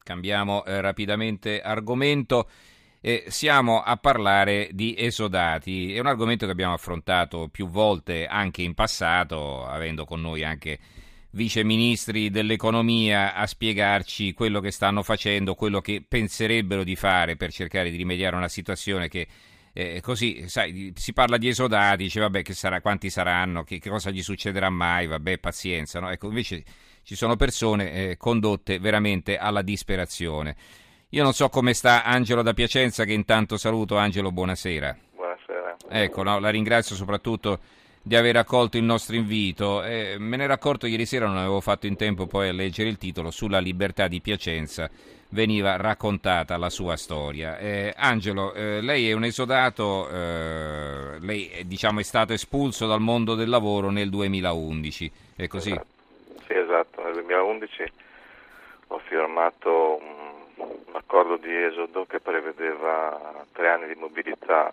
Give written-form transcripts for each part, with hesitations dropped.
Cambiamo rapidamente argomento. Siamo a parlare di esodati. È un argomento che abbiamo affrontato più volte anche in passato, avendo con noi anche vice ministri dell'economia a spiegarci quello che stanno facendo, quello che penserebbero di fare per cercare di rimediare a una situazione che così, sai, si parla di esodati, dice vabbè che sarà, quanti saranno, che cosa gli succederà mai, vabbè pazienza, no? Ecco, invece ci sono persone condotte veramente alla disperazione. Io non so come sta Angelo da Piacenza, che intanto saluto. Angelo, buonasera. Buonasera. Ecco, no, la ringrazio soprattutto di aver accolto il nostro invito. Me ne ero accorto ieri sera, non avevo fatto in tempo poi a leggere il titolo. Sulla libertà di Piacenza veniva raccontata la sua storia. Angelo, lei è un esodato, lei diciamo è stato espulso dal mondo del lavoro nel 2011, è così? Esatto. Sì, esatto. Nel 2011 ho firmato un accordo di esodo che prevedeva 3 anni di mobilità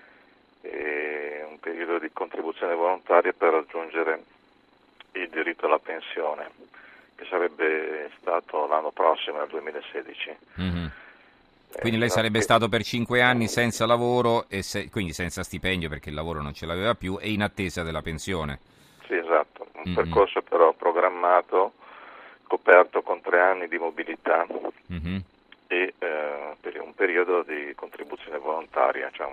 e un periodo di contribuzione volontaria per raggiungere il diritto alla pensione, che sarebbe stato l'anno prossimo, nel 2016. Mm-hmm. Quindi lei sarebbe stato per 5 anni senza lavoro e quindi senza stipendio perché il lavoro non ce l'aveva più e in attesa della pensione. Sì, esatto. Un percorso però programmato, coperto con 3 anni di mobilità e per un periodo di contribuzione volontaria, cioè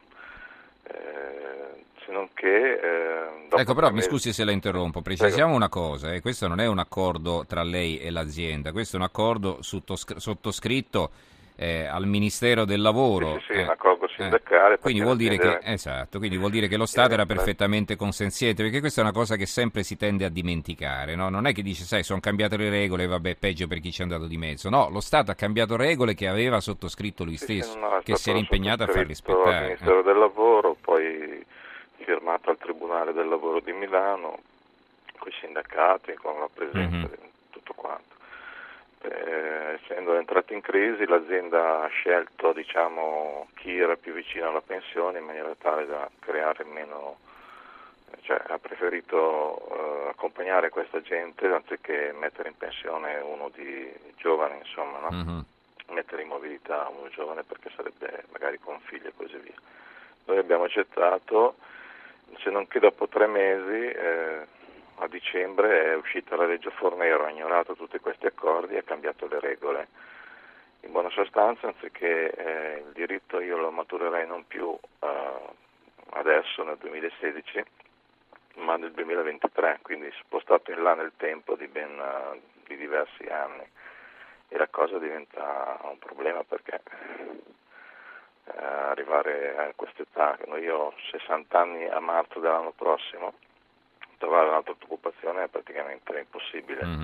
se non che ecco, però mi scusi se la interrompo, precisiamo Prego. una cosa, questo non è un accordo tra lei e l'azienda, questo è un accordo sottoscritto al Ministero del Lavoro. Sì, un accordo sindacale. Quindi vuol dire che, esatto, quindi vuol dire che lo Stato era perfettamente consenziente, perché questa è una cosa che sempre si tende a dimenticare, no? Non è che dice, sai, sono cambiate le regole, vabbè, peggio per chi ci è andato di mezzo. No, lo Stato ha cambiato regole che aveva sottoscritto lui stesso, che si era impegnato a far rispettare. Al Ministero del Lavoro, poi firmato al Tribunale del Lavoro di Milano, con i sindacati, con la presenza di tutto quanto. Essendo entrato in crisi, l'azienda ha scelto, diciamo, chi era più vicino alla pensione in maniera tale da creare meno, cioè ha preferito accompagnare questa gente anziché mettere in pensione uno di giovane, insomma, no? Mettere in mobilità uno giovane perché sarebbe magari con figli e così via. Noi abbiamo accettato, se non che dopo 3 mesi, a dicembre è uscita la legge Fornero, ha ignorato tutti questi accordi e ha cambiato le regole. In buona sostanza, anziché il diritto io lo maturerei non più adesso nel 2016, ma nel 2023, quindi spostato in là nel tempo di diversi anni. E la cosa diventa un problema perché arrivare a quest'età, io ho 60 anni a marzo dell'anno prossimo, trovare un'altra occupazione è praticamente impossibile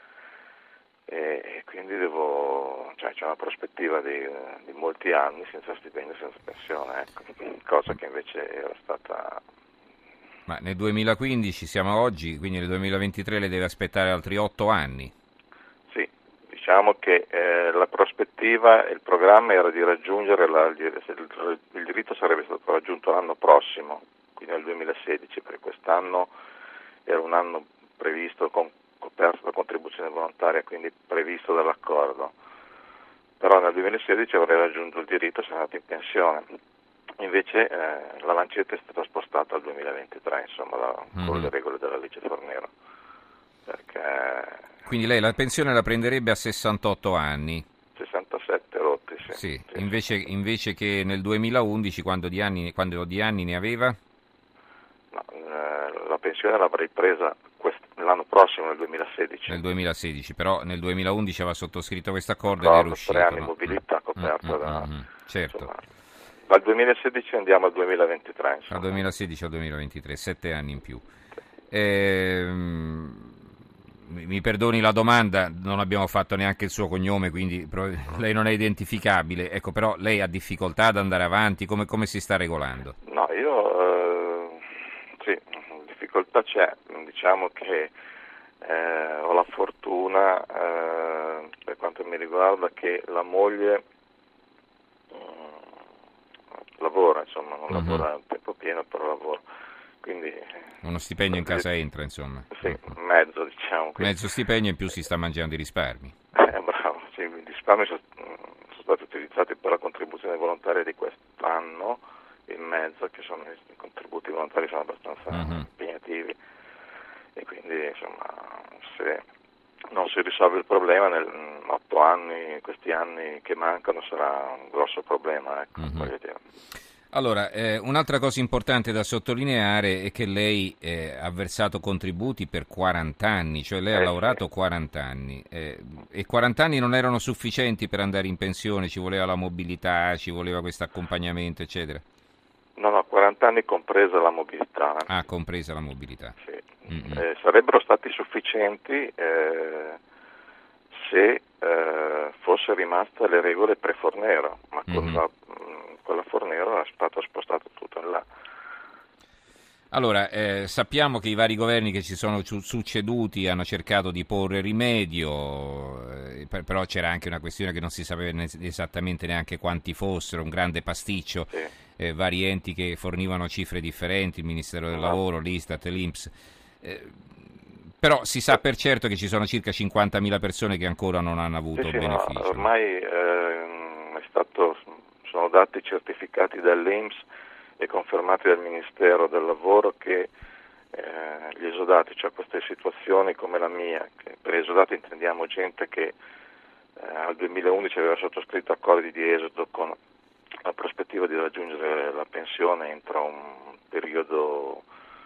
e quindi c'è una prospettiva di molti anni senza stipendio, senza pensione, ecco. Cosa che invece era stata... Ma nel 2015 siamo oggi, quindi nel 2023 le deve aspettare altri 8 anni. Sì, diciamo che la prospettiva e il programma era di raggiungere il diritto sarebbe stato raggiunto l'anno prossimo, quindi nel 2016, perché quest'anno era un anno previsto coperto da contribuzione volontaria, quindi previsto dall'accordo, però nel 2016 avrei raggiunto il diritto se andato in pensione, invece la lancetta è stata spostata al 2023, insomma, con le regole della legge Fornero. Perché... Quindi lei la pensione la prenderebbe a 68 anni? 67 rotti, sì. Invece che nel 2011, quando di anni ne aveva? No, la pensione l'avrei presa l'anno prossimo, nel 2016. Nel 2016, però nel 2011 aveva sottoscritto questo accordo ed era uscito. 3 anni di mobilità coperta da... Certo. Insomma, dal 2016 andiamo al 2023. Insomma. Dal 2016 al 2023, 7 anni in più. Mi perdoni la domanda, non abbiamo fatto neanche il suo cognome, quindi lei non è identificabile. Ecco, però lei ha difficoltà ad andare avanti, come si sta regolando? No, sì, difficoltà c'è, diciamo che ho la fortuna, per quanto mi riguarda, che la moglie lavora, insomma, non lavora a tempo pieno, però lavora. quindi uno stipendio in casa entra, insomma. Sì, mezzo diciamo. Quindi. Mezzo stipendio in più si sta mangiando i risparmi. Bravo, sì, i risparmi sono stati utilizzati per la contribuzione volontaria di quest'anno e mezzo, che sono i contributi volontari sono abbastanza impegnativi, e quindi insomma se non si risolve il problema nel 8 anni, questi anni che mancano sarà un grosso problema, ecco, voglio dire. Allora, un'altra cosa importante da sottolineare è che lei ha versato contributi per 40 anni, cioè lei ha lavorato 40 anni e 40 anni non erano sufficienti per andare in pensione, ci voleva la mobilità, ci voleva questo accompagnamento, eccetera? No, 40 anni compresa la mobilità. Ah, compresa la mobilità. Sì. Sarebbero stati sufficienti se fosse rimasta le regole pre-Fornero, ma con la Fornero è stato spostato tutto in là. Allora, sappiamo che i vari governi che ci sono succeduti hanno cercato di porre rimedio, però c'era anche una questione che non si sapeva esattamente neanche quanti fossero, un grande pasticcio, vari enti che fornivano cifre differenti, il Ministero del Lavoro, l'Istat, l'Inps. Però si sa per certo che ci sono circa 50.000 persone che ancora non hanno avuto beneficio. No, ormai sono dati certificati dall'Inps e confermati dal Ministero del Lavoro che gli esodati, cioè queste situazioni come la mia, che per esodati intendiamo gente che al 2011 aveva sottoscritto accordi di esodo con la prospettiva di raggiungere la pensione entro un periodo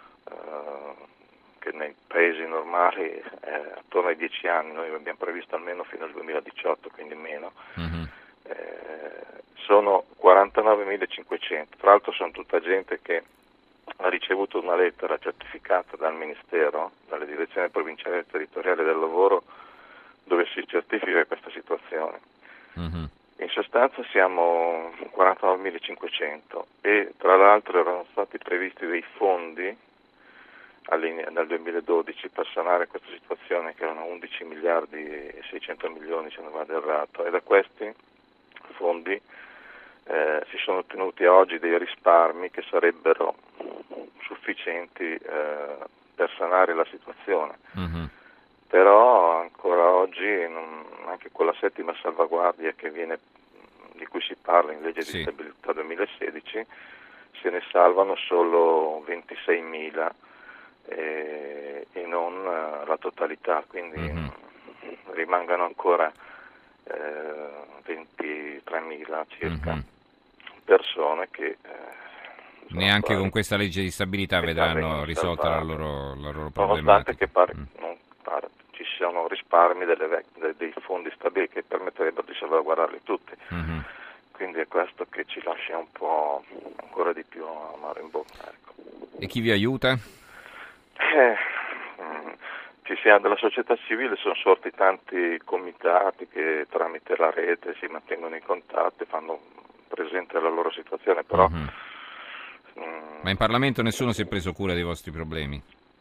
che nei paesi normali è attorno ai 10 anni, noi abbiamo previsto almeno fino al 2018, quindi meno. Sono 49.500, tra l'altro sono tutta gente che ha ricevuto una lettera certificata dal Ministero, dalle direzioni provinciali e territoriali del lavoro, dove si certifica questa situazione. In sostanza siamo 49.500 e tra l'altro erano stati previsti dei fondi dal 2012 per sanare questa situazione, che erano 11 miliardi e 600 milioni se non vado errato, e da questi fondi si sono ottenuti oggi dei risparmi che sarebbero sufficienti per sanare la situazione. Però ancora oggi, anche con la settima salvaguardia di cui si parla in legge di stabilità 2016, se ne salvano solo 26.000 e non la totalità, quindi rimangono ancora 23.000 circa persone che neanche con questa legge di stabilità vedranno risolta la loro problematica. Nonostante che ci siano risparmi dei fondi stabili che permetterebbero di salvaguardarli tutti. Quindi è questo che ci lascia un po' ancora di più amaro in bocca. Ecco. E chi vi aiuta? Dalla società civile sono sorti tanti comitati che tramite la rete si mantengono in contatto e fanno presente la loro situazione, però ma in Parlamento nessuno si è preso cura dei vostri problemi?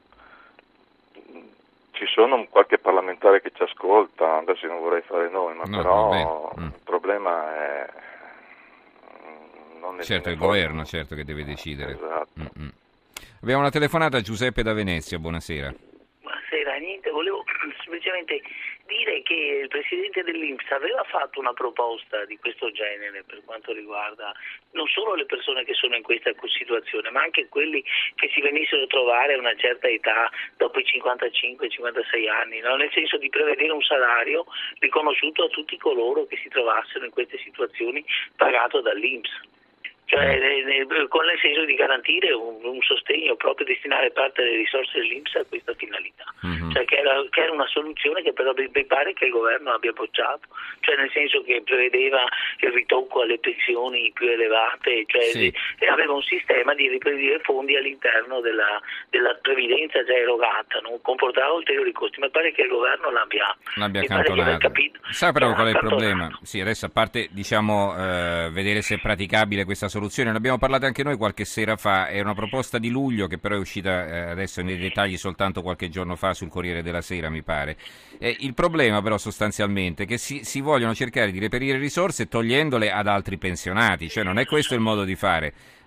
Ci sono qualche parlamentare che ci ascolta, adesso non vorrei fare nomi, ma però il problema è non è certo il governo che deve decidere. Esatto. Abbiamo una telefonata a Giuseppe da Venezia, buonasera. Buonasera, niente, volevo semplicemente dire che il Presidente dell'Inps aveva fatto una proposta di questo genere per quanto riguarda non solo le persone che sono in questa situazione, ma anche quelli che si venissero a trovare a una certa età, dopo i 55-56 anni, no? Nel senso di prevedere un salario riconosciuto a tutti coloro che si trovassero in queste situazioni pagato dall'Inps. Cioè, con il senso di garantire un sostegno, proprio destinare parte delle risorse dell'Inps a questa finalità, cioè che era una soluzione che però mi pare che il governo abbia bocciato, cioè nel senso che prevedeva il ritocco alle pensioni più elevate, cioè e aveva un sistema di riprendere fondi all'interno della previdenza già erogata, non comportava ulteriori costi, ma pare che il governo l'abbia accantonato. Sa però qual è il problema? Sì, adesso a parte vedere se è praticabile questa soluzione, ne abbiamo parlato anche noi qualche sera fa, è una proposta di luglio che però è uscita adesso nei dettagli soltanto qualche giorno fa sul Corriere della Sera, mi pare. Il problema però sostanzialmente è che si vogliono cercare di reperire risorse togliendole ad altri pensionati, cioè non è questo il modo di fare.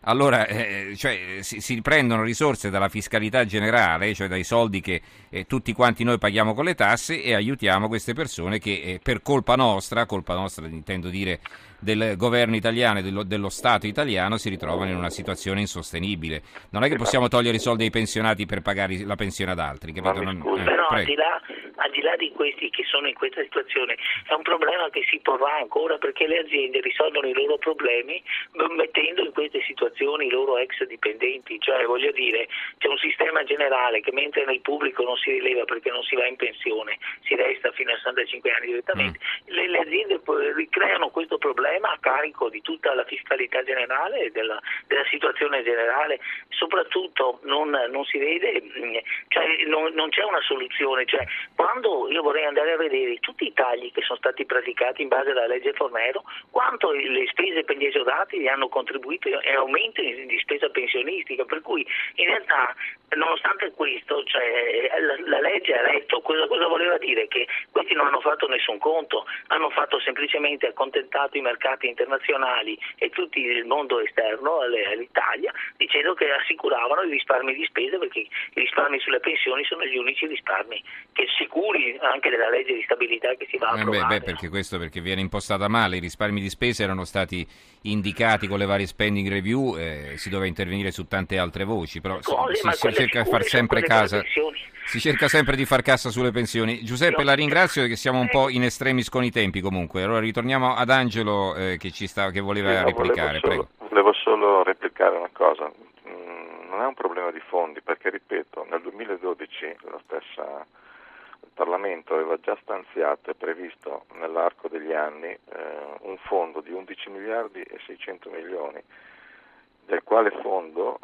allora cioè, si prendono risorse dalla fiscalità generale, cioè dai soldi che tutti quanti noi paghiamo con le tasse, e aiutiamo queste persone che per colpa nostra intendo dire del governo italiano e dello Stato italiano, si ritrovano in una situazione insostenibile. Non è che possiamo togliere i soldi ai pensionati per pagare la pensione ad altri, capito? Però al di là di questi che sono in questa situazione, è un problema che si porrà ancora, perché le aziende risolvono i loro problemi mettendo in queste situazioni i loro ex dipendenti. Cioè, voglio dire, c'è un sistema generale che mentre nel pubblico non si rileva perché non si va in pensione, si resta fino a 65 anni direttamente, le aziende poi ricreano questo problema a carico di tutta la fiscalità generale e della situazione generale. Soprattutto non si vede, cioè non c'è una soluzione. Cioè, quando io vorrei andare a vedere tutti i tagli che sono stati praticati in base alla legge Fornero, quanto le spese per gli esodati hanno contribuito e aumento di spesa pensionistica, per cui in realtà nonostante questo, cioè, la legge ha letto cosa voleva dire, che questi non hanno fatto nessun conto, hanno fatto semplicemente accontentato i mercati internazionali e tutto il mondo esterno all'Italia, dicendo che assicuravano i risparmi di spesa, perché i risparmi sulle pensioni sono gli unici risparmi che sicuri anche della legge di stabilità che si va a approvare. Perché viene impostata male, i risparmi di spesa erano stati indicati con le varie spending review, si doveva intervenire su tante altre voci, però si cerca di far sempre si cerca sempre di far cassa sulle pensioni. Giuseppe, la ringrazio, che siamo un po' in estremis con i tempi comunque. Allora ritorniamo ad Angelo che voleva replicare. Volevo solo replicare una cosa. Non è un problema di fondi, perché ripeto, nel 2012 il Parlamento aveva già stanziato e previsto nell'arco degli anni un fondo di 11 miliardi e 600 milioni, del quale fondo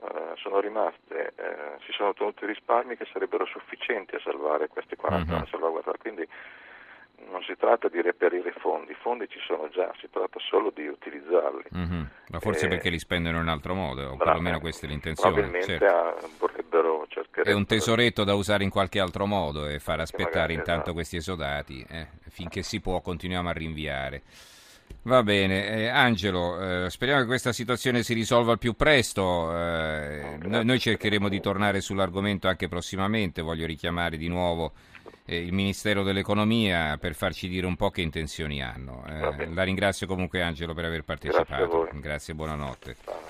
si sono ottenuti risparmi che sarebbero sufficienti a salvare questi 40 anni, salvaguardare. Quindi non si tratta di reperire i fondi ci sono già, si tratta solo di utilizzarli. Ma forse perché li spendono in un altro modo, o perlomeno questa è l'intenzione. Probabilmente vorrebbero cercare. È un tesoretto da usare in qualche altro modo e far aspettare intanto questi esodati, finché si può continuiamo a rinviare. Va bene, Angelo, speriamo che questa situazione si risolva al più presto. Noi cercheremo di tornare sull'argomento anche prossimamente. Voglio richiamare di nuovo il Ministero dell'Economia per farci dire un po' che intenzioni hanno. La ringrazio comunque, Angelo, per aver partecipato. Grazie, buonanotte.